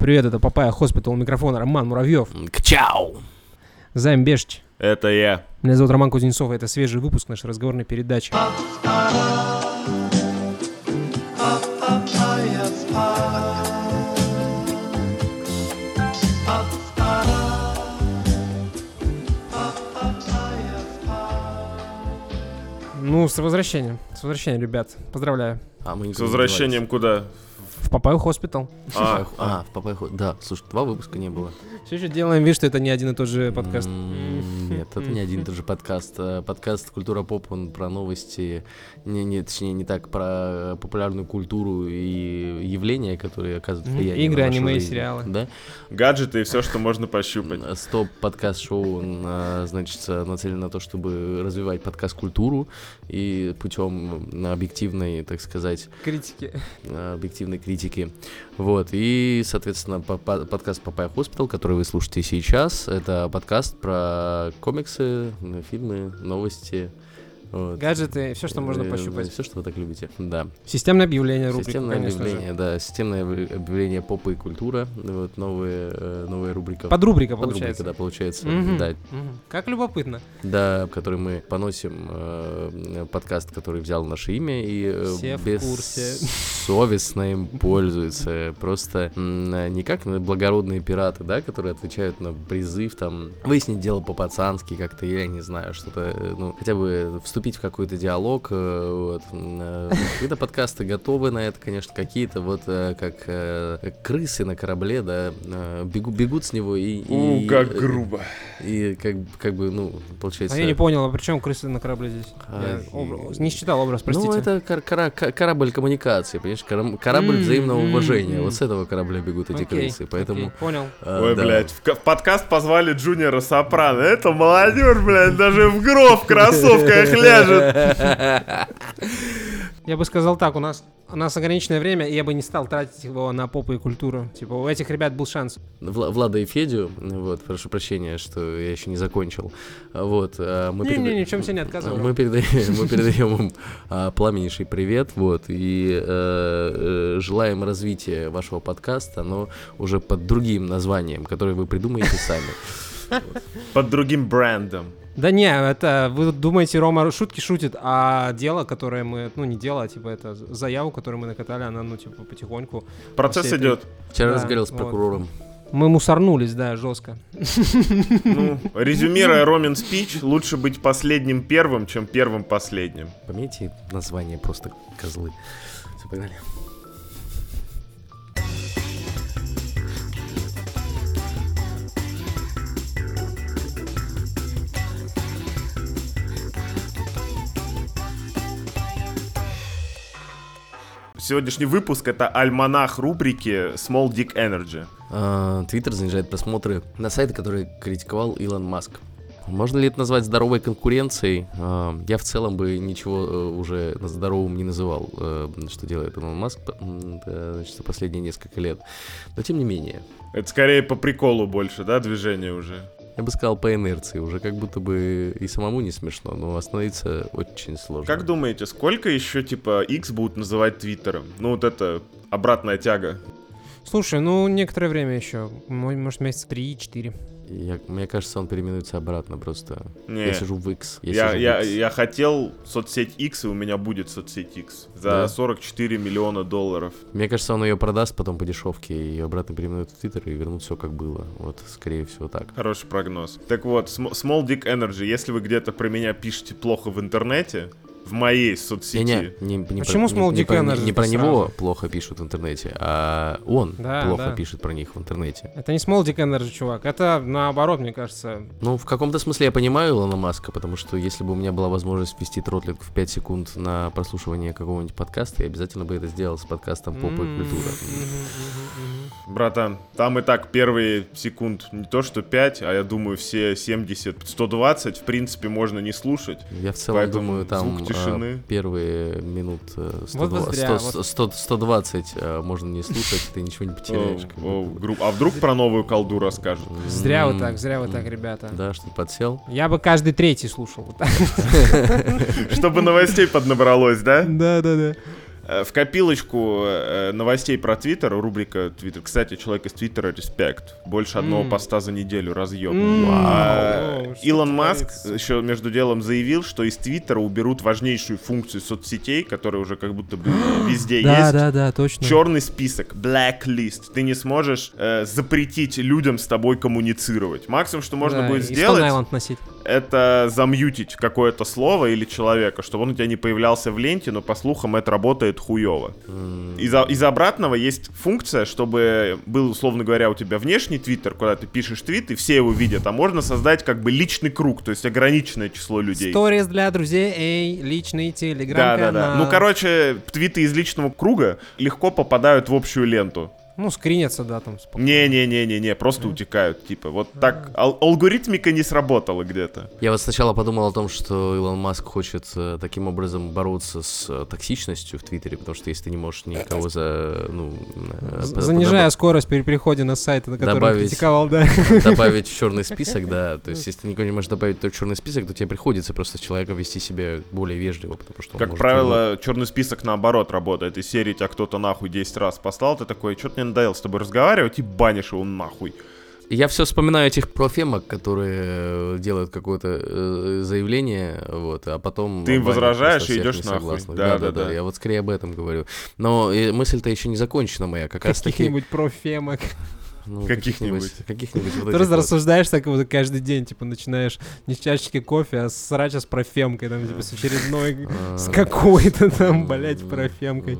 привет, это Папайя Хоспитал, у микрофона Роман Муравьев. Чау! Займ Бешич. Это я. Меня зовут Роман Кузнецов, и это свежий выпуск нашей разговорной передачи. Ну, с возвращением, ребят, поздравляю. С возвращением куда? В Папайю Хоспитал. В Папайю. Да, слушай, 2 выпуска не было. Все еще делаем вид, что это не один и тот же подкаст. Нет, это не один и тот же подкаст. Подкаст «Культура поп», он про новости, точнее, не так, про популярную культуру и явления, которые оказывают влияние игры, на нашу аниме и жизнь. сериалы. Да? Гаджеты и все, что можно пощупать. Стоп-подкаст-шоу, значит, нацелен на то, чтобы развивать подкаст-культуру и путем объективной, так сказать... объективной критики. Вот. И, соответственно, подкаст «Папайя Хоспитал», который вы слушаете сейчас, это подкаст про комиксы, фильмы, новости. Вот. Гаджеты, все, что можно пощупать. Все, что вы так любите, да. Системное объявление рубрики, Системное объявление, же. да. Системное объявление попа и культура. Вот, новая рубрика. Подрубрика, получается. Да, получается. Да. Как любопытно. Да, в которой мы поносим подкаст, который взял наше имя и все в курсе. Бессовестно им пользуются. Просто не как благородные пираты, да, которые отвечают на призыв, там, выяснить дело по-пацански как-то, я не знаю, что-то, ну, хотя бы вступить в какой-то диалог. Вот. Какие-то подкасты готовы на это, конечно, какие-то вот как крысы на корабле, да, бегут с него и как грубо. И как бы, ну, получается... А я не понял, а при чем крысы на корабле здесь? Я не считал образ, простите. Ну, это корабль коммуникации, понимаешь, корабль взаимного уважения. Вот с этого корабля бегут эти крысы, поэтому... Понял. Ой, блядь, в подкаст позвали Джуниора Сопрано. Это молодежь, блядь, даже в гроб в кроссовках ляжет. Я бы сказал так, у нас ограниченное время, и я бы не стал тратить его на попу и культуру. Типа, у этих ребят был шанс. Влада и Федю, вот, прошу прощения, что я еще не закончил. Вот, ни в чем себе не отказываем. Мы передаем им пламеннейший привет, вот, и желаем развития вашего подкаста, но уже под другим названием, которое вы придумаете сами. Под другим брендом. Да не, это вы думаете, Рома шутки шутит, а дело, которое мы, не дело, а типа это заяву, которую мы накатали, она, потихоньку. Процесс идет. Вчера разговаривал с прокурором. Мы мусорнулись, да, жестко. Ну, резюмируя Ромин спич, лучше быть последним первым, чем первым последним. Поменяйте название, просто козлы. Все, погнали. Сегодняшний выпуск — это альманах рубрики Small Dick Energy. Твиттер занижает просмотры на сайты, которые критиковал Илон Маск. Можно ли это назвать здоровой конкуренцией? Я в целом бы ничего уже здоровым не называл, что делает Илон Маск за последние несколько лет. Но тем не менее. Это скорее по приколу больше, да, движение уже? Я бы сказал, по инерции. Уже как будто бы и самому не смешно, но остановиться очень сложно. Как думаете, сколько еще, X будут называть Твиттером? Ну, вот это обратная тяга. Слушай, некоторое время еще. Может, месяца 3-4. Мне кажется, он переименуется обратно просто. Не. Я сижу в X. Я хотел соцсеть X, и у меня будет соцсеть X. За $44 миллиона. Мне кажется, он ее продаст потом по дешевке и обратно переименует в Twitter и вернут все как было. Вот, скорее всего, так. Хороший прогноз. Так вот, Small Dick Energy. Если вы где-то про меня пишете плохо в интернете, в моей соцсети. Почему Small Dick Energy? Не про него плохо пишут в интернете, а он плохо пишет про них в интернете. Это не Small Dick Energy, чувак. Это наоборот, мне кажется. Ну, в каком-то смысле я понимаю Илона Маска, потому что если бы у меня была возможность ввести тротлинг в 5 секунд на прослушивание какого-нибудь подкаста, я обязательно бы это сделал с подкастом «Попа и культура». Братан, там и так первые секунд не то что 5, а я думаю все 70, 120 в принципе можно не слушать. Я в целом думаю, там первые минут 120 можно не слушать, ты ничего не потеряешь. А вдруг про новую колду расскажут? Зря вы так, ребята. Да, что подсел. Я бы каждый третий слушал. Чтобы новостей поднабралось, да? Да. В копилочку новостей про Твиттер, рубрика Твиттер. Кстати, человек из Твиттера респект. Больше одного поста за неделю разъем. Илон Маск еще между делом заявил, что из Твиттера уберут важнейшую функцию соцсетей, которая уже как будто бы везде есть. Да, точно. Черный список, blacklist. Ты не сможешь запретить людям с тобой коммуницировать. Максимум, что можно будет сделать, это замьютить какое-то слово или человека, чтобы он у тебя не появлялся в ленте, но по слухам это работает хуёво. Из обратного есть функция, чтобы был, условно говоря, у тебя внешний твиттер, куда ты пишешь твит, и все его видят, а можно создать как бы личный круг, то есть ограниченное число людей. Сторис для друзей, личный телеграм-канал. Да. Ну, короче, твиты из личного круга легко попадают в общую ленту. Ну, скринятся, да, там. Не, просто утекают, типа. Вот так алгоритмика не сработала где-то. Я вот сначала подумал о том, что Илон Маск хочет таким образом бороться с токсичностью в Твиттере, потому что если ты не можешь никого занижая скорость при переходе на сайт, на который он критиковал, да. Добавить в черный список, да. То есть, если ты никого не можешь добавить в черный список, то тебе приходится просто с человеком вести себя более вежливо, потому что он как правило, черный список наоборот работает. Из серии тебя кто-то нахуй 10 раз послал, ты такой, что-то мне надоело с тобой разговаривать, и банишь его нахуй. Я все вспоминаю этих профемок, которые делают какое-то заявление, вот, а потом... Ты им возражаешь и идешь нахуй. Да. Я вот скорее об этом говорю. Но мысль-то еще не закончена моя, как раз таки... Каких-нибудь профемок. Ну, каких-нибудь. Ты просто рассуждаешь так вот каждый день, типа, начинаешь не с чашечки кофе, а срать с профемкой, там, типа, с очередной, с какой-то там, блять, профемкой.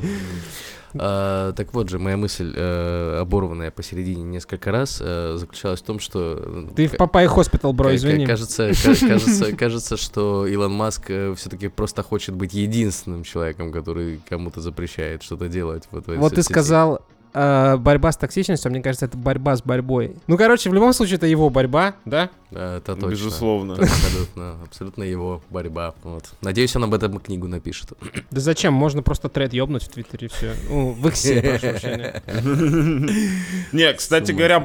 Так вот же, моя мысль, оборванная посередине несколько раз, заключалась в том, что... Ты в Папай Хоспитал, бро, извини. Кажется, что Илон Маск все-таки просто хочет быть единственным человеком, который кому-то запрещает что-то делать. Вот ты сказал... борьба с токсичностью, мне кажется, это борьба с борьбой. Ну, короче, в любом случае, это его борьба, да? Это точно. Безусловно. Абсолютно его борьба. Вот. Надеюсь, он об этом книгу напишет. Да зачем? Можно просто тред ёбнуть в Твиттере и все. Ну, в Иксе, прошу прощения. Не, кстати говоря...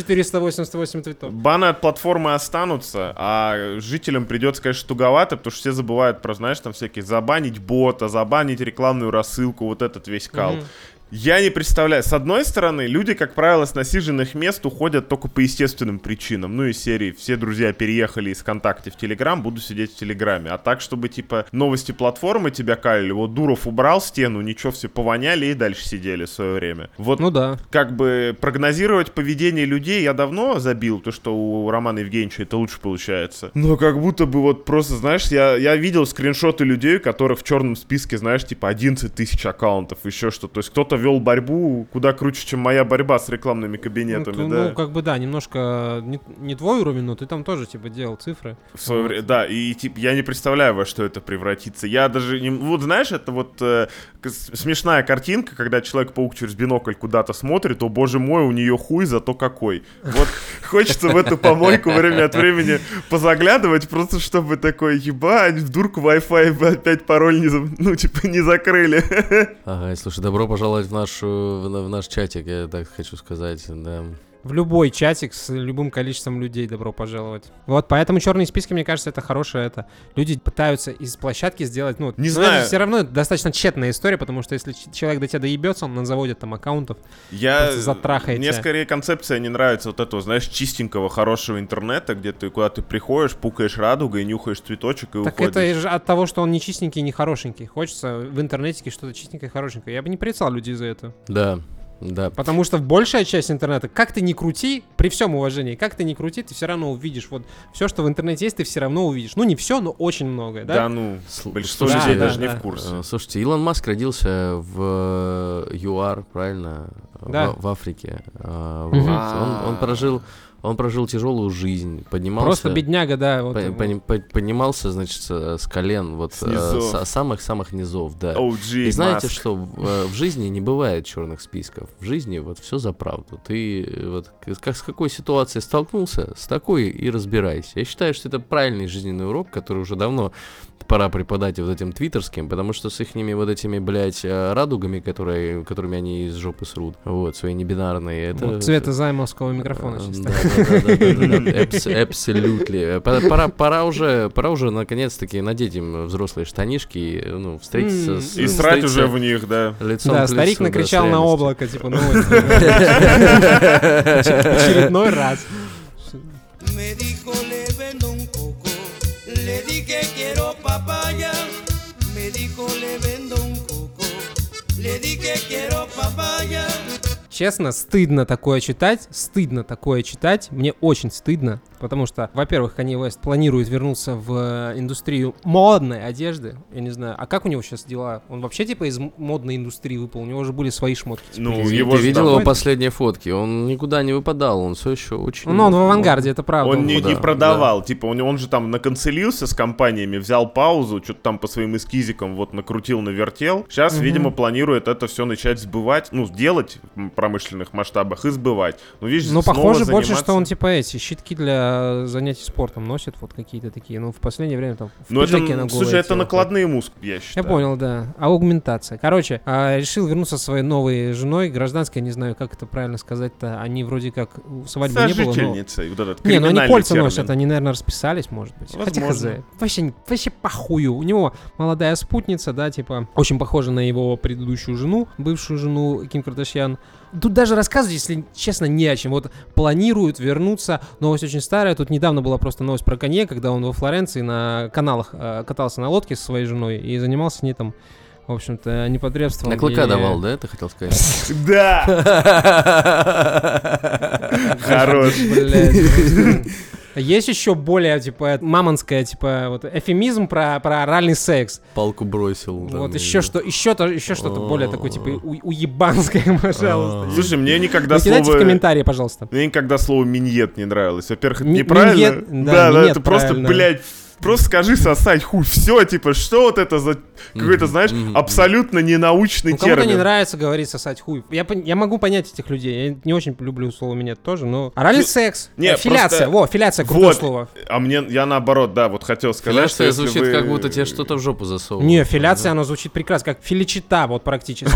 1488 твитов. Баны от платформы останутся, а жителям придется, конечно, туговато, потому что все забывают про, знаешь, там всякие забанить бота, забанить рекламную рассылку, вот этот весь кал. Я не представляю. С одной стороны, люди, как правило, с насиженных мест уходят только по естественным причинам. Ну, из серии «Все друзья переехали из ВКонтакте в Телеграм, буду сидеть в Телеграме». А так, чтобы, типа, новости платформы тебя калили. Вот Дуров убрал стену, ничего, все повоняли и дальше сидели в свое время. Вот, ну да. Как бы прогнозировать поведение людей я давно забил, то, что у Романа Евгеньевича это лучше получается. Но как будто бы вот просто, знаешь, я видел скриншоты людей, у которых в черном списке, знаешь, типа 11 тысяч аккаунтов, еще что. То есть кто-то вел борьбу куда круче, чем моя борьба с рекламными кабинетами, да. Ну, как бы, да, немножко не твой уровень, но ты там тоже, типа, делал цифры. В свое время, да, и, типа, я не представляю, во что это превратится. Я даже не... Вот, знаешь, это вот смешная картинка, когда Человек-паук через бинокль куда-то смотрит, о, боже мой, у нее хуй, зато какой. Вот хочется в эту помойку время от времени позаглядывать, просто чтобы такой, ебать, в дурку Wi-Fi опять пароль не закрыли. Ага, слушай, добро пожаловать в наш чатик, я так хочу сказать, да. В любой чатик с любым количеством людей добро пожаловать. Вот, поэтому черные списки, мне кажется, это хорошее это. Люди пытаются из площадки сделать, ну, не знаю. Все равно это достаточно тщетная история, потому что если человек до тебя доебется, он заводит там аккаунтов, затрахает Мне скорее концепция не нравится вот этого, знаешь, чистенького, хорошего интернета, где ты куда ты приходишь, пукаешь радугой, нюхаешь цветочек и уходишь. Так это же от того, что он не чистенький, не хорошенький. Хочется в интернете что-то чистенькое, хорошенькое. Я бы не порицал людей за это. Да. Потому что большая часть интернета, как ты ни крути, при всем уважении, как ты ни крути, ты все равно увидишь вот все, что в интернете есть, ты все равно увидишь. Ну, не все, но очень многое, да? Да, ну, большинство людей даже не в курсе. Слушайте, Илон Маск родился в ЮАР, правильно? Да. В Африке. Он прожил тяжелую жизнь, поднимался... Просто бедняга, да. Вот, поднимался, значит, с колен, вот, с самых-самых низов, да. OG И знаете, Маск. что в жизни не бывает черных списков. В жизни вот все за правду. Ты, вот, какой ситуации столкнулся, с такой и разбирайся. Я считаю, что это правильный жизненный урок, который уже давно пора преподать вот этим твиттерским, потому что с ихними вот этими, блядь, радугами, которыми они из жопы срут, вот, свои небинарные, это... Вот цвета займовского микрофона сейчас. Да, абсолютно. Пора уже, наконец-таки, надеть им взрослые штанишки, ну, встретиться с... И срать уже в них, да. Лицом Да, к старик лицу, накричал да, с на реальностью. облако, типа, новости. Очередной раз. Me dijo le vendo un coco, le dije quiero papaya. Me dijo le vendo un coco, le dije quiero papaya. Честно, стыдно такое читать, мне очень стыдно, потому что, во-первых, Kanye West планирует вернуться в индустрию модной одежды, я не знаю, а как у него сейчас дела? Он вообще типа из модной индустрии выпал, у него же были свои шмотки. Ну, Ты его видел же его там- последние фотки? Он никуда не выпадал, он все еще очень... Ну, он в авангарде, это правда. Он не да, продавал, типа он же там наканцелился с компаниями, взял паузу, что-то там по своим эскизикам вот накрутил, навертел. Сейчас, видимо, планирует это все начать сбывать, ну, делать в промышленных масштабах и сбывать. Ну, видишь, Ну, снова похоже больше, заниматься- что он типа эти щитки для занятий спортом носит, вот какие-то такие. Ну, в последнее время там в Ну, это, пиджаке на голое слушай, это тело накладные мускулы, я ходит. считаю. Я понял, да. Аугментация. Короче, решил вернуться со своей новой женой, гражданской, не знаю, как это правильно сказать-то. Они вроде как свадьбы не было, но... Сожительницей, вот этот Не, ну они криминальный кольца термин. носят, они, наверное, расписались, может быть. Хотя Возможно. хз. Вообще похую. У него молодая спутница, да, типа, очень похожа на его предыдущую жену, бывшую жену Ким Кардашьян. Тут даже рассказывать, если честно, не о чем. Вот планируют вернуться. Новость очень старая. Тут недавно была просто новость про Kanye, когда он во Флоренции на каналах катался на лодке со своей женой и занимался с ней там, в общем-то, непотребством. На клыка и- давал, да, ты хотел сказать? Да! Хорош. Блядь. Есть еще более, типа, мамонская, типа, вот, эфемизм про оральный секс. Палку бросил. там, Вот и- еще что-то более такое, типа, уебанское, пожалуйста. Слушай, мне никогда Накидайте в слово... комментарии, пожалуйста. Мне никогда слово «миньет» не нравилось. Во-первых, это Ми- неправильно. миньет, да, миньет это просто, правильно. блядь, просто скажи сосать хуй. Все, типа, что вот это за какой-то, знаешь, абсолютно ненаучный Ну, кому-то не термин. нравится говорить сосать хуй. Я могу понять этих людей. Я не очень люблю слово «минет» тоже, но... Оральный секс. не, Филяция. просто- Филяция, крутое Вот. слово. А я наоборот, да, вот хотел сказать, что Филяция если звучит, вы- как будто тебе что-то в жопу засовывают. Не, филяция, оно звучит прекрасно, как филичита, вот практически.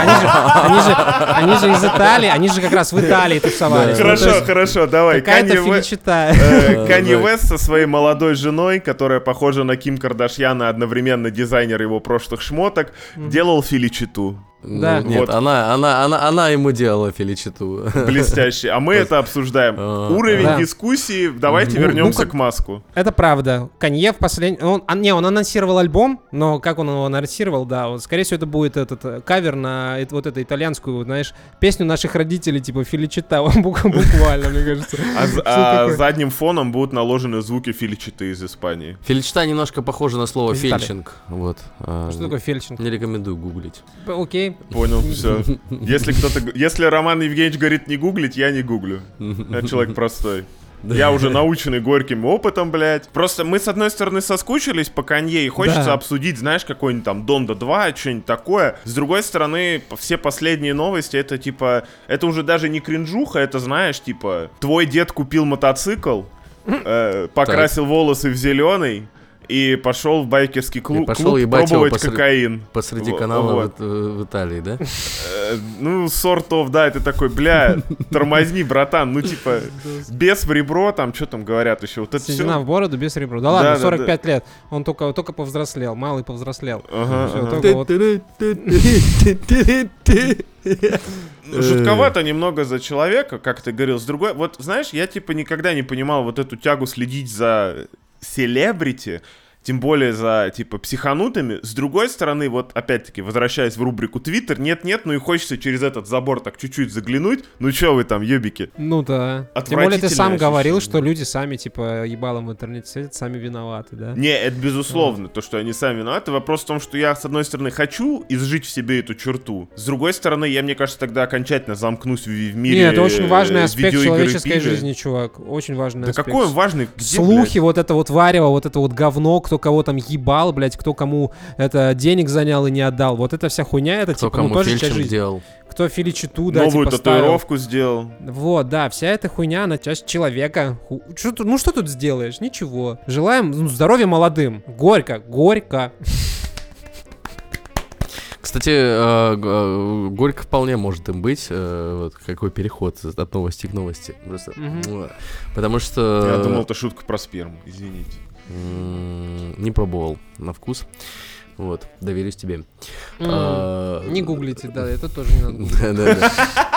Они же из Италии, они же как раз в Италии тусовались. Ну, то Хорошо, есть хорошо, давай. Какая-то Kanye West- филичита. Kanye West со своей молодой женой, которая похожа на Ким Кардашьян, и одновременно дизайнер его прошлых шмоток, делал филичиту. Ну, Да. Нет, Вот. она ему делала филичиту. Блестяще. А мы это обсуждаем. Уровень Да. дискуссии. Давайте Ну, вернемся как- к Маску. Это правда. Канье в последний... Он анонсировал альбом, но как он его анонсировал, да, вот, скорее всего, это будет этот кавер на вот эту итальянскую, знаешь, песню наших родителей, типа Филичита, буквально, мне кажется. А такое? задним фоном будут наложены звуки филичиты из Испании. Фельдшта немножко похоже на слово Из Италии. фельдшинг. Вот. Что такое фельдшинг? Не рекомендую гуглить. Окей. Понял, все. Если Роман Евгеньевич говорит не гуглить, я не гуглю. Я человек простой. Я уже наученный горьким опытом, блядь. Просто мы, с одной стороны, соскучились по Канье, и хочется Да. обсудить, знаешь, какой-нибудь там Донда 2, что-нибудь такое. С другой стороны, все последние новости, это типа... Это уже даже не кринжуха, это, знаешь, типа... Твой дед купил мотоцикл, покрасил волосы в зеленый, и пошел в байкерский клуб пошел ебать его пробовать кокаин. Посреди Во- канала вот. в Италии, да? Ну, sort of, да, это такой, бля, тормозни, братан, ну, типа, без в ребро, там, что там говорят еще, вот это Седина все. в бороду без ребра. Да ладно, да, 45 лет. Он только повзрослел, малый повзрослел. Ага, Всё, ага. только вот Жутковато немного за человека, как ты говорил, с другой, вот, знаешь, я, типа, никогда не понимал вот эту тягу следить за селебрити, тем более за, типа, психанутыми. С другой стороны, вот, опять-таки, возвращаясь в рубрику Твиттер, нет-нет, ну и хочется через этот забор так чуть-чуть заглянуть. Ну чё вы там, ёбики? Ну да. Тем более ты сам Отвратительное говорил, ощущение. что люди сами, типа, ебалом в интернете сидят, сами виноваты, да? Не, это безусловно, то, что они сами виноваты. Вопрос в том, что я, с одной стороны, хочу изжить в себе эту черту. С другой стороны, я, мне кажется, тогда окончательно замкнусь в мире. Нет, это очень важный аспект видеоигр и человеческой пиля. жизни, чувак. Очень важный Да аспект. какой он важный? Где, Слухи, блядь? вот это вот варево, вот это вот говно, кто кто кого там ебал, блядь, кто кому это денег занял и не отдал. Вот эта вся хуйня, это Кто типа, ну, кому тоже часть фельдшинг жизни. делал. Кто филичиту, да, Новую типа, ставил. татуировку сделал. Вот, да, вся эта хуйня, она часть человека. Что тут сделаешь? Ничего. Желаем здоровья молодым. Горько, горько. Кстати, горько вполне может им быть. Вот какой переход от новости к новости. Просто. Потому что... Я думал, это шутка про сперму, извините. Не пробовал на вкус. Вот, доверюсь тебе. Не гуглите, да, это тоже не надо гуглить. Да.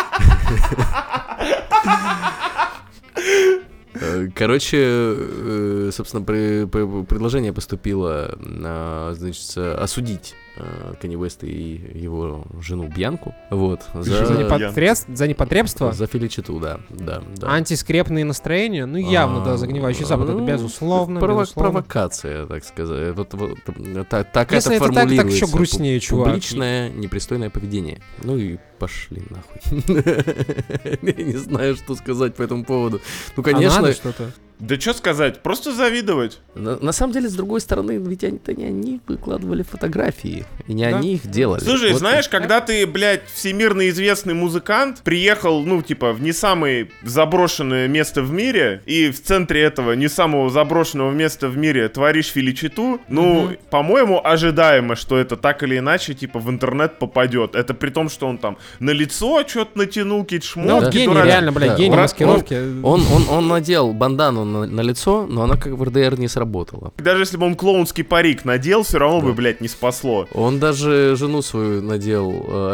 Короче, собственно, предложение поступило, значит, осудить Канье Уэста и его жену Бьянку. Вот. За непотребство? За филичиту, да. Антискрепные настроения? Ну, явно, да, загнивающий Запад, это безусловно. Провокация, так сказать. Так если это это так формулируется. еще грустнее, чувак. Публичное непристойное поведение. Ну и пошли нахуй. Я не знаю, что сказать по этому поводу. Ну, конечно... надо что-то? Да что сказать, просто завидовать. На самом деле, с другой стороны, ведь не они выкладывали фотографии, и не они их делали. Слушай, Вот. знаешь, когда ты, блядь, всемирно известный музыкант, приехал, ну, типа, в не самое заброшенное место в мире, и в центре этого не самого заброшенного места в мире творишь филичиту, ну, по-моему, ожидаемо, что это так или иначе, типа, в интернет попадет. Это при том, что он там на лицо что-то натянул, какие-то шмотки. Ну, гений, дурацкие. реально, блядь, гений маскировки. Он надел бандану на лицо, но она как в РДР не сработала. Даже если бы он клоунский парик надел, все равно бы, блядь, не спасло. Он даже жену свою надел...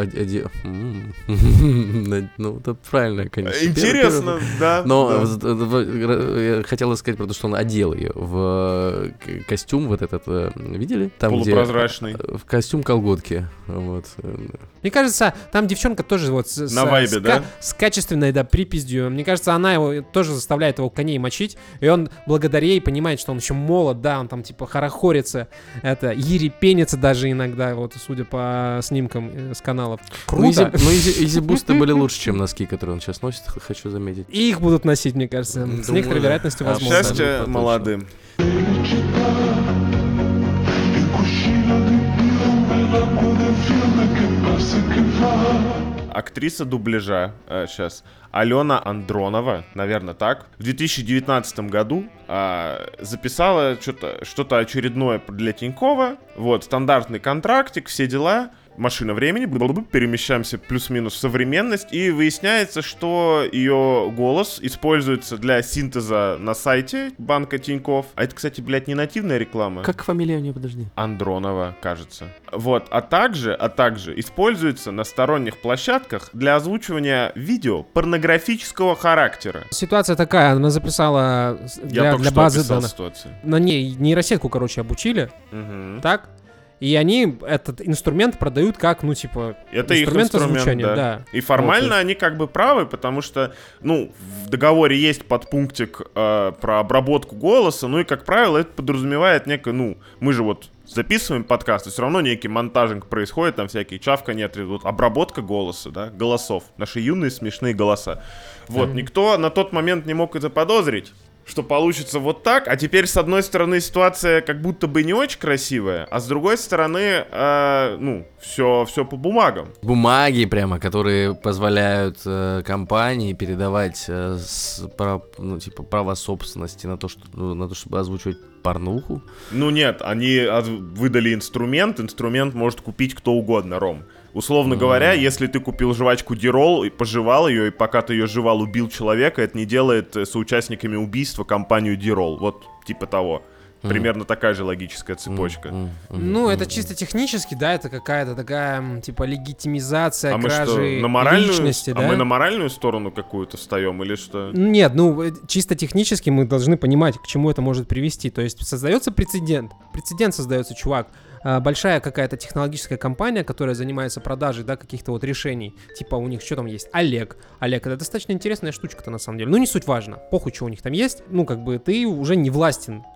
Ну, это правильно, конечно. Интересно, да. Но да. я хотел сказать про то, что он одел ее в костюм вот этот, видели? Там, Полупрозрачный. В костюм колготки. Вот. Мне кажется, там девчонка тоже вот На вайбе, да? С качественной, да, припиздью. Мне кажется, она его тоже заставляет его коней мочить. И он благодаря ей понимает, что он еще молод, да, он там типа хорохорится, это, ерепенится даже иногда, вот, судя по снимкам с каналов. Круто. Ну, изи-бусты были лучше, чем носки, которые он сейчас носит, хочу заметить. И их будут носить, мне кажется, с некоторой вероятностью возможно. Счастье молодым. Актриса дубляжа сейчас Алена Андронова, наверное, так, в 2019 году записала что-то очередное для Тинькова. Вот, стандартный контрактик, все дела. Машина времени, перемещаемся плюс-минус в современность, и выясняется, что ее голос используется для синтеза на сайте банка Тинькофф. А это, кстати, блядь, не нативная реклама. Как фамилия у нее, подожди? Андронова, кажется. Вот, а также используется на сторонних площадках для озвучивания видео порнографического характера. Ситуация такая, она записала для базы данных. На ней нейросетку, короче, обучили, так? И они этот инструмент продают как, ну, типа, это инструмент озвучания, да. И формально вот, они как бы правы, потому что, ну, в договоре есть подпунктик про обработку голоса, ну и, как правило, это подразумевает некое, ну, мы же вот записываем подкасты, все равно некий монтажинг происходит, там всякие чавканье, вот обработка голоса, да, голосов, наши юные смешные голоса. Вот, никто на тот момент не мог это заподозрить, что получится вот так, а теперь, с одной стороны, ситуация как будто бы не очень красивая, а с другой стороны, ну, все по бумагам. Бумаги прямо, которые позволяют компании передавать право собственности на то, чтобы озвучивать порнуху. Ну нет, они выдали инструмент может купить кто угодно, Ром. Условно говоря, если ты купил жвачку Дирол и пожевал ее, и пока ты ее жевал, убил человека, это не делает соучастниками убийства компанию Дирол. Вот типа того. Примерно такая же логическая цепочка. Ну, это чисто технически, да, это какая-то такая, типа, легитимизация кражи личности, да? А мы на моральную сторону какую-то встаем или что? Нет, ну, чисто технически мы должны понимать, к чему это может привести. То есть создается прецедент. Прецедент создается, чувак. Большая какая-то технологическая компания, которая занимается продажей, да, каких-то вот решений. Типа у них что там есть? Олег, это достаточно интересная штучка-то на самом деле. Ну, не суть важно. Похуй, что у них там есть. Ну, как бы ты уже не властен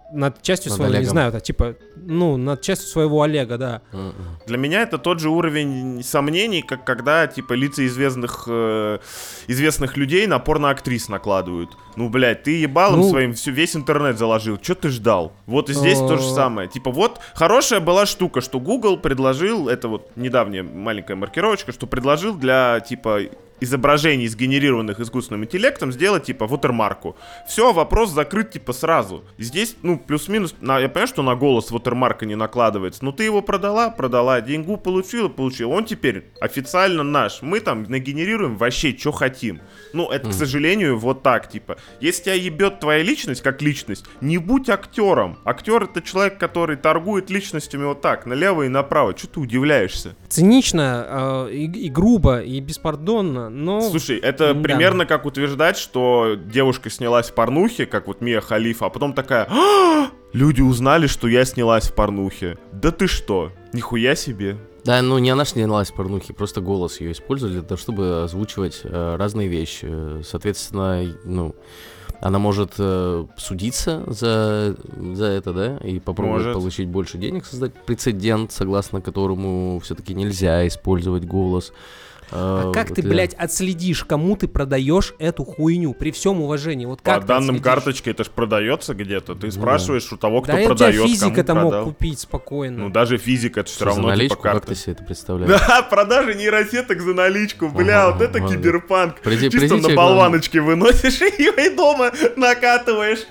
над частью Над своего, Олегом. не знаю, это типа, над частью своего Олега, да. Для меня это тот же уровень сомнений, как когда, типа, лица известных людей на порноактрис накладывают. Ну, блядь, ты ебалом своим весь интернет заложил, что ты ждал? Вот и здесь то же самое. Типа, вот хорошая была штука, что Google предложил, это вот недавняя маленькая маркировочка, что предложил для, типа, изображений, сгенерированных искусственным интеллектом, сделать, типа, вотермарку. Все, вопрос закрыт, типа, сразу. И здесь, плюс-минус, я понимаю, что на голос вотермарка не накладывается, но ты его продала, деньгу получила. Он теперь официально наш. Мы там нагенерируем вообще, что хотим. Это, к сожалению, вот так, типа. Если тебя ебет твоя личность, как личность, не будь актером. Актер — это человек, который торгует личностями вот так, налево и направо. Что ты удивляешься? Цинично, и грубо, и беспардонно, но... Слушай, это примерно как утверждать, что девушка снялась в порнухе, как вот Мия Халифа, а потом такая: люди узнали, что я снялась в порнухе. Да ты что? Нихуя себе. Да, не она снялась в порнухе, просто голос ее использовали для того, чтобы озвучивать разные вещи. Соответственно, она может судиться за это, да, и попробовать получить больше денег, создать прецедент, согласно которому все-таки нельзя использовать голос. А как ты, блядь, отследишь, кому ты продаешь эту хуйню, при всем уважении? Вот как по данным карточки это ж продается где-то. Ты спрашиваешь у того, кто да продает, это физик это продал. мог купить спокойно. Даже физик это все равно за наличку, типа карта. Как ты себе это представляешь? Да, продажа нейросеток за наличку, бля, вот это киберпанк. Чисто на к болваночке выносишь ее и дома накатываешь.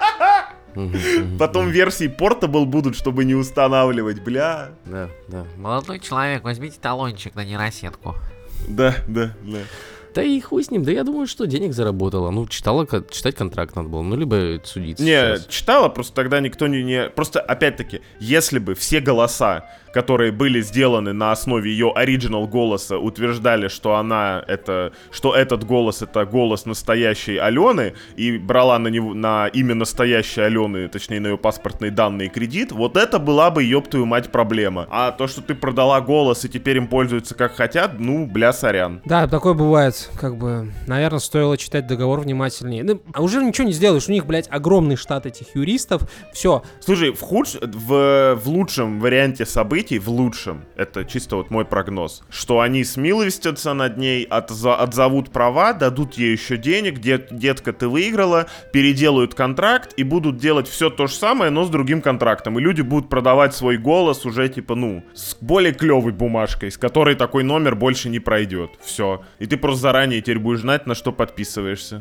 Потом версии Portable будут, чтобы не устанавливать, бля. Да. Молодой человек, возьмите талончик на нейросетку. Да. Да и хуй с ним, да я думаю, что денег заработала. Читать контракт надо было, либо судиться. Не, сейчас. читала, просто тогда никто не... Просто, опять-таки, если бы все голоса, которые были сделаны на основе ее оригинал голоса, утверждали, что что этот голос — это голос настоящей Алены, и брала на имя настоящей Алены, точнее, на ее паспортные данные кредит, вот это была бы, ёб твою мать, проблема. А то, что ты продала голос и теперь им пользуются как хотят, бля, сорян. Да, такое бывает. Наверное, стоило читать договор внимательнее. А уже ничего не сделаешь. У них, блядь, огромный штат этих юристов. Все. Слушай, в лучшем варианте событий, это чисто вот мой прогноз, что они смилостятся над ней, отзовут права, дадут ей еще денег, детка, ты выиграла, переделают контракт и будут делать все то же самое, но с другим контрактом. И люди будут продавать свой голос уже, типа, с более клевой бумажкой, с которой такой номер больше не пройдет. Все. И ты просто заранее теперь будешь знать, на что подписываешься.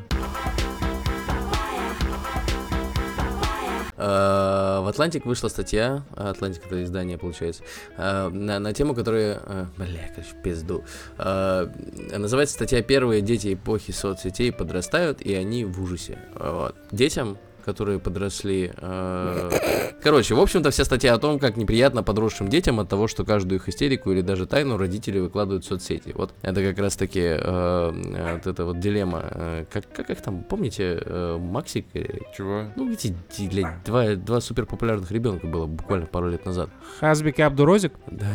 В Атлантик вышла статья, Атлантик — это издание, получается, на тему, которая, пизду. Называется статья «Первые дети эпохи соцсетей подрастают, и они в ужасе». Детям, которые подросли... Короче, в общем-то, вся статья о том, как неприятно подросшим детям от того, что каждую их истерику или даже тайну родители выкладывают в соцсети. Вот это как раз-таки вот эта вот дилемма. Как их там, помните, Максик? Чего? Эти, два суперпопулярных ребенка было буквально пару лет назад. Хазбик и Абдурозик? Да.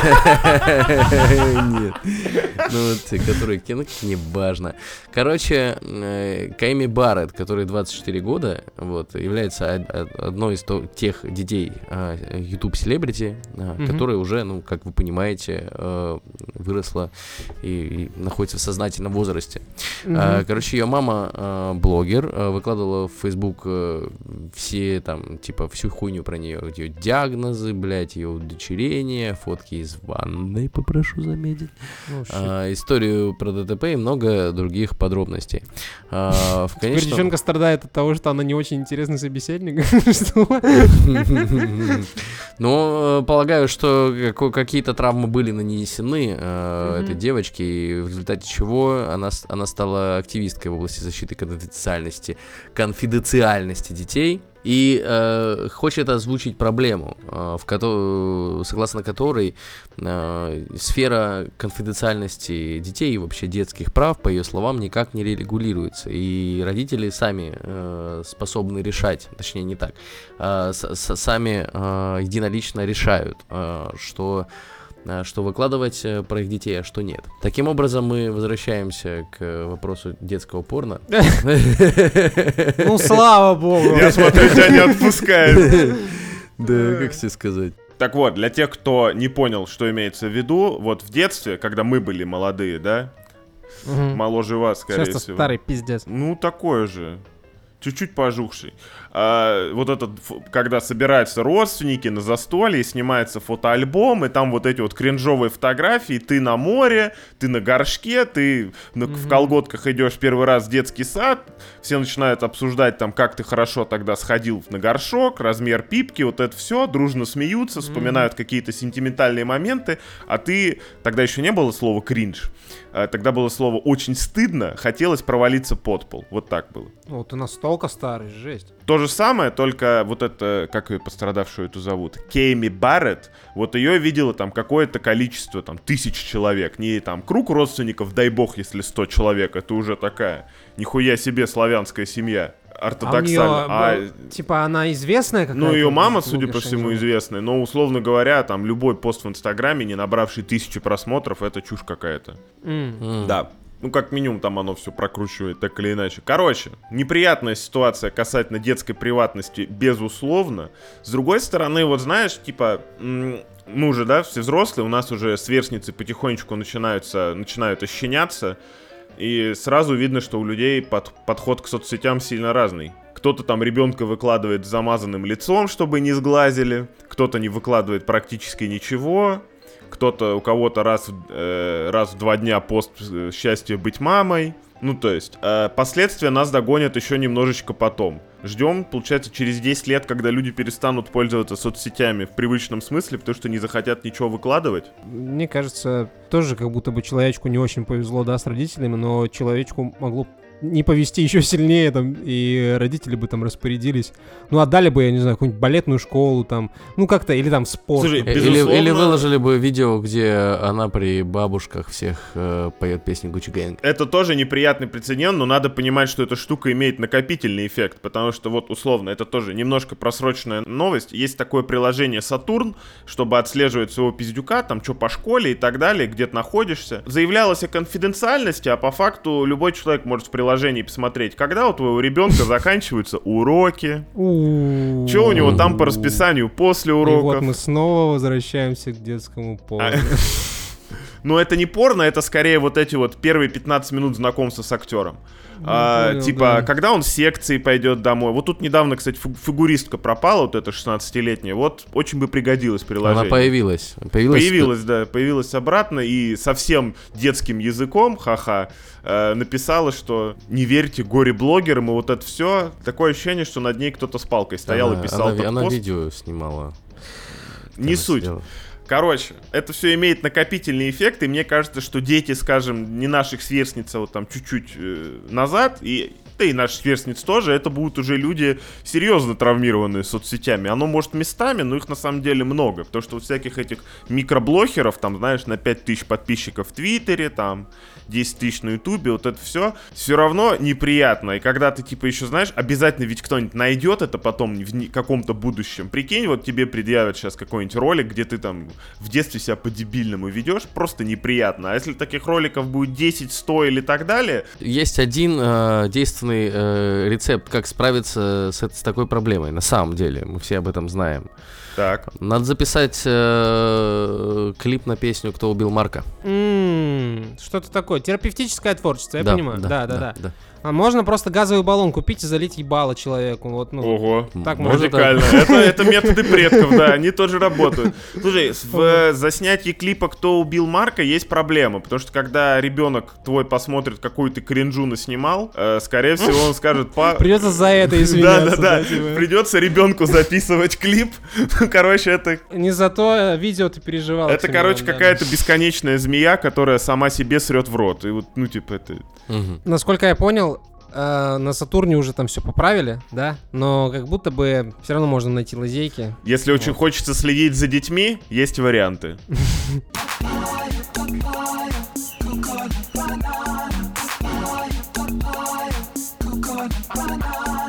Нет. Которые кино, неважно. Короче, Кайми Барретт, который 24 года, является одной из тех детей YouTube селебрити, которая уже, как вы понимаете, выросла и находится в сознательном возрасте. Короче, ее мама блогер, выкладывала в Facebook все там, типа, всю хуйню про нее, ее диагнозы, блять, ее удочерение, фотки из ванной, попрошу заметить, историю про ДТП и много других подробностей. Теперь девчонка страдает от того, что она не очень интересный собеседник. Ну, полагаю, что какие-то травмы были нанесены этой девочке, и в результате чего она стала активисткой в области защиты конфиденциальности детей. И хочет озвучить проблему, согласно которой сфера конфиденциальности детей и вообще детских прав, по ее словам, никак не регулируется. И родители сами способны решать, точнее не так, сами единолично решают, что что выкладывать про их детей, а что нет. Таким образом, мы возвращаемся к вопросу детского порно. Ну, слава богу. Я смотрю, тебя не отпускает. Да, как тебе сказать? Так вот, для тех, кто не понял, что имеется в виду, вот в детстве, когда мы были молодые, да, моложе вас, скорее Сейчас-то всего. старый пиздец. Ну, такое же. Чуть-чуть пожухший. Вот этот, когда собираются родственники на застолье, снимается фотоальбом, и там вот эти вот кринжовые фотографии, ты на море, ты на горшке, ты в колготках идешь первый раз в детский сад, все начинают обсуждать там, как ты хорошо тогда сходил на горшок, размер пипки, вот это все, дружно смеются, вспоминают какие-то сентиментальные моменты, а ты, тогда еще не было слова кринж, тогда было слово очень стыдно, хотелось провалиться под пол, вот так было. О, ты настолько старый, жесть. То же самое, только вот это, как ее пострадавшую эту зовут, Кейми Барретт, вот ее видело там какое-то количество, там, 1000 человек, не там круг родственников, дай бог, если 100 человек, это уже такая, нихуя себе славянская семья, ортодоксальная. Типа она известная какая-то? Ну, ее мама, судя по блогерша, всему, не знаю. известная, но, условно говоря, там, любой пост в Инстаграме, не набравший 1000 просмотров, это чушь какая-то. Да. Ну, как минимум, там оно все прокручивает, так или иначе. Короче, неприятная ситуация касательно детской приватности, безусловно. С другой стороны, вот знаешь, типа, мы уже, да, все взрослые, у нас уже сверстницы потихонечку начинают ощеняться, и сразу видно, что у людей подход к соцсетям сильно разный. Кто-то там ребенка выкладывает с замазанным лицом, чтобы не сглазили, кто-то не выкладывает практически ничего. Кто-то, у кого-то раз в 2 дня пост «Счастье быть мамой». Ну, то есть, последствия нас догонят еще немножечко потом. Ждем, получается, через 10 лет, когда люди перестанут пользоваться соцсетями в привычном смысле, потому что не захотят ничего выкладывать. Мне кажется, тоже как будто бы человечку не очень повезло, да, с родителями, но человечку могло не повезти еще сильнее, там, и родители бы там распорядились. Ну, отдали бы, я не знаю, какую-нибудь балетную школу, там, ну, как-то, или там спорт. Слушай, Или выложили бы видео, где она при бабушках всех поет песню Gucci Gang. Это тоже неприятный прецедент, но надо понимать, что эта штука имеет накопительный эффект, потому что вот, условно, это тоже немножко просроченная новость. Есть такое приложение Saturn, чтобы отслеживать своего пиздюка, там, что по школе и так далее, где ты находишься. Заявлялось о конфиденциальности, а по факту любой человек может в приложении посмотреть, когда у твоего ребенка заканчиваются уроки, что у него там по расписанию после И уроков. вот мы снова возвращаемся к детскому порно. Но это не порно, это скорее вот эти вот первые 15 минут знакомства с актером. понял, Типа, да. когда он с секции пойдет домой. Вот тут недавно, кстати, фигуристка пропала, вот эта 16-летняя. Вот очень бы пригодилось приложение. Она появилась. Появилась обратно и совсем детским языком, ха-ха, написала, что не верьте горе-блогерам и вот это все. Такое ощущение, что над ней кто-то с палкой стоял и писал этот Она пост. видео снимала. Не суть. Сидела. Короче, это все имеет накопительный эффект, и мне кажется, что дети, скажем, не наших сверстниц, а вот там чуть-чуть назад, да и наши сверстницы тоже, это будут уже люди серьезно травмированные соцсетями. Оно может местами, но их на самом деле много, потому что вот всяких этих микроблогеров, там, знаешь, на 5000 подписчиков в Твиттере, там, 10 тысяч на Ютубе, вот это все равно неприятно. И когда ты, типа, еще, знаешь, обязательно ведь кто-нибудь найдет это потом в каком-то будущем. Прикинь, вот тебе предъявят сейчас какой-нибудь ролик, где ты там в детстве себя по-дебильному ведешь, просто неприятно. А если таких роликов будет 10, 100 или так далее... Есть один действенный рецепт, как справиться с такой проблемой. На самом деле, мы все об этом знаем. Так. Надо записать клип на песню «Кто убил Марка». Что-то такое. Терапевтическое творчество, я Да, понимаю. да, Да. да. А можно просто газовый баллон купить и залить ебало человеку. Вот, ну, Ого. так Может, можно. Радикально. Это методы предков, да, они тоже работают. Слушай, в заснятии клипа «Кто убил Марка» есть проблема, потому что когда ребенок твой посмотрит, какую ты кринжу наснимал, скорее всего, он скажет... Придется за это извиняться. Да, типа. придется ребенку записывать клип. Короче, это... Не за то видео ты переживал. Это, короче, какая-то бесконечная змея, которая сама себе срет в рот. И вот, ну, типа, это... Мгм. Насколько я понял, на Сатурне уже там все поправили, да? Но как будто бы все равно можно найти лазейки. Если очень хочется следить за детьми, есть варианты.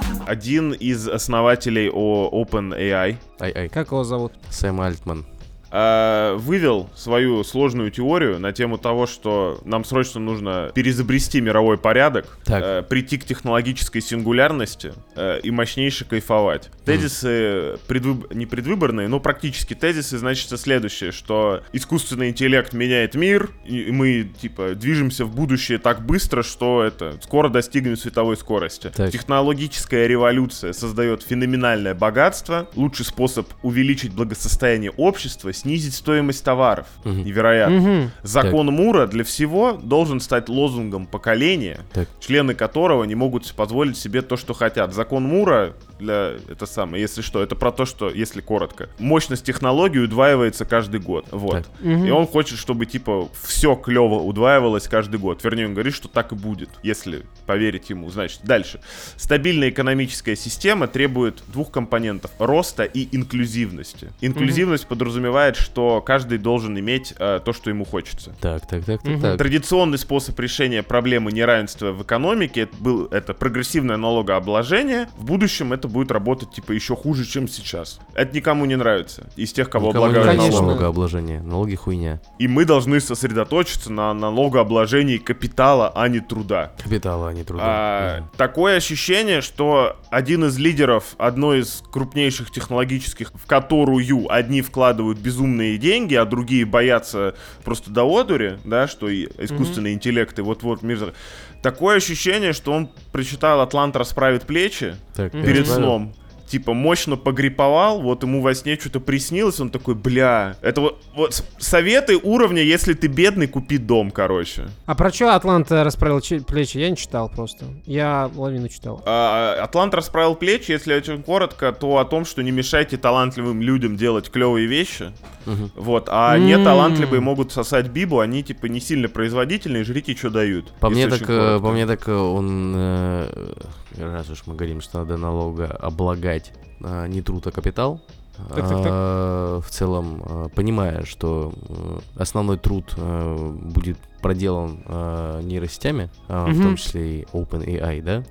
Один из основателей OpenAI, Ай-ай. Как его зовут? Сэм Альтман. вывел свою сложную теорию на тему того, что нам срочно нужно переизобрести мировой порядок, Так. прийти к технологической сингулярности и мощнейше кайфовать. Тезисы не предвыборные, но практически тезисы, значит, следующее, что искусственный интеллект меняет мир, и мы, типа, движемся в будущее так быстро, что скоро достигнем световой скорости. Так. Технологическая революция создает феноменальное богатство, лучший способ увеличить благосостояние общества, снизить стоимость товаров. Невероятно. Закон Мура для всего должен стать лозунгом поколения, Так. члены которого не могут позволить себе то, что хотят. Закон Мура если что, это про то, что, если коротко, мощность технологий удваивается каждый год. Вот. И он хочет, чтобы, типа, все клево удваивалось каждый год. Вернее, он говорит, что так и будет, если поверить ему. Значит, дальше. Стабильная экономическая система требует двух компонентов: роста и инклюзивности. Инклюзивность подразумевает, что каждый должен иметь то, что ему хочется. Так. Традиционный способ решения проблемы неравенства в экономике это прогрессивное налогообложение. В будущем это будет работать, типа, еще хуже, чем сейчас. Это никому не нравится. Из тех, кого Никому не облагают нравится Конечно. налогом. налогообложение. Налоги хуйня. И мы должны сосредоточиться на налогообложении капитала, а не труда. Капитала, а не труда. Такое ощущение, что один из лидеров одной из крупнейших технологических, в которую одни вкладывают безумные деньги, а другие боятся просто до одури, да, что и искусственный интеллект и вот-вот мир... Такое ощущение, что он прочитал «Атлант расправит плечи» Так, я перед знаю. сном. Типа, мощно погриповал, вот ему во сне что-то приснилось, он такой, бля. Это вот советы уровня, если ты бедный, купи дом, короче. А про что Атлант расправил плечи? Я не читал просто. Я половину читал. Атлант расправил плечи, если очень коротко, то о том, что не мешайте талантливым людям делать клевые вещи. Вот, а неталантливые могут сосать бибу, они типа не сильно производительные, жрите, что дают. По мне если так, очень коротко. по мне так он, раз уж мы говорим, что надо налогооблагать не труд, а капитал, Так. в целом, понимая, что основной труд будет проделан нейросетями, в том числе и OpenAI, да?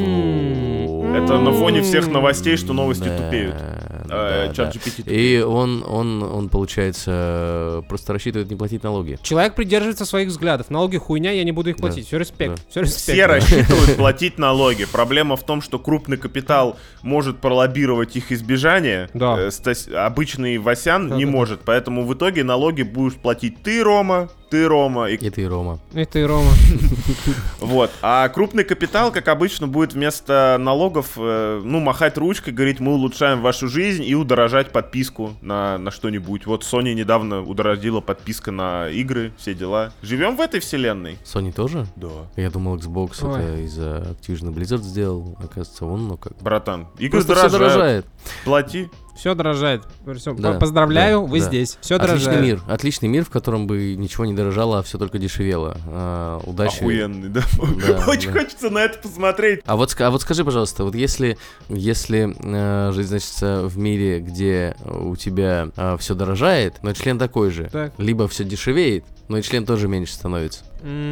Это на фоне всех новостей, что новости Да, тупеют. да. ChatGPT тупеет. И он, получается, просто рассчитывает не платить налоги. Человек придерживается своих взглядов. Налоги хуйня, я не буду их платить. Да. Все респект. Да. Все респект. Все рассчитывают платить налоги. Проблема в том, что крупный капитал может пролоббировать их избежание. Да. Обычный Васян не Да. может. Поэтому в итоге налоги будешь платить ты, Рома, и И ты, Рома. Это и Рома. вот. А крупный капитал, как обычно, будет вместо налогов, махать ручкой, говорить, мы улучшаем вашу жизнь, и удорожать подписку на что-нибудь. Вот Sony недавно удорожила подписка на игры, все дела. Живем в этой вселенной? Sony тоже? Да. Я думал, Xbox Ой. это из-за Activision Blizzard сделал. Оказывается, он, как... Братан, игры Просто все дорожают. дорожает. Плати. Все дорожает. Всё, Да, поздравляю, да, вы да. здесь. Все Отличный дорожает. Отличный мир, в котором бы ничего не дорожало, а все только дешевело. Удачи. Охуенный, да? Да, Очень да. хочется на это посмотреть. А вот скажи, пожалуйста, вот если жить, значит, в мире, где у тебя все дорожает, но член такой же, Так. либо все дешевеет, но и член тоже меньше становится.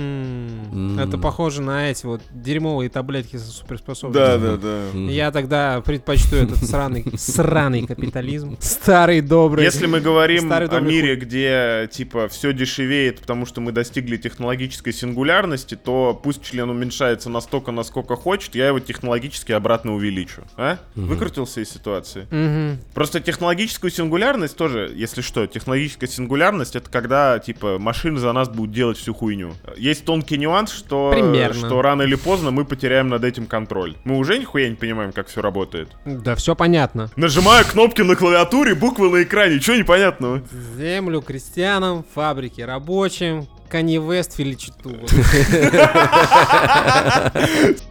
Это похоже на эти вот дерьмовые таблетки со суперспособностями. да. Я тогда предпочту этот сраный капитализм. Старый добрый. Если мы говорим Старый о добрый мире, где, типа, все дешевеет, потому что мы достигли технологической сингулярности, то пусть член уменьшается настолько, насколько хочет, я его технологически обратно увеличу. А? Выкрутился из ситуации? Мгм. Просто технологическую сингулярность тоже, если что, технологическая сингулярность — это когда, типа, машины за нас будут делать всю хуйню. Есть тонкий нюанс, что рано или поздно мы потеряем над этим контроль. Мы уже нихуя не понимаем, как все работает. Да, все понятно. Нажимаю кнопки на клавиатуре, буквы на экране, чего непонятного? Землю крестьянам, фабрики рабочим, Канье Вест, Филичиту.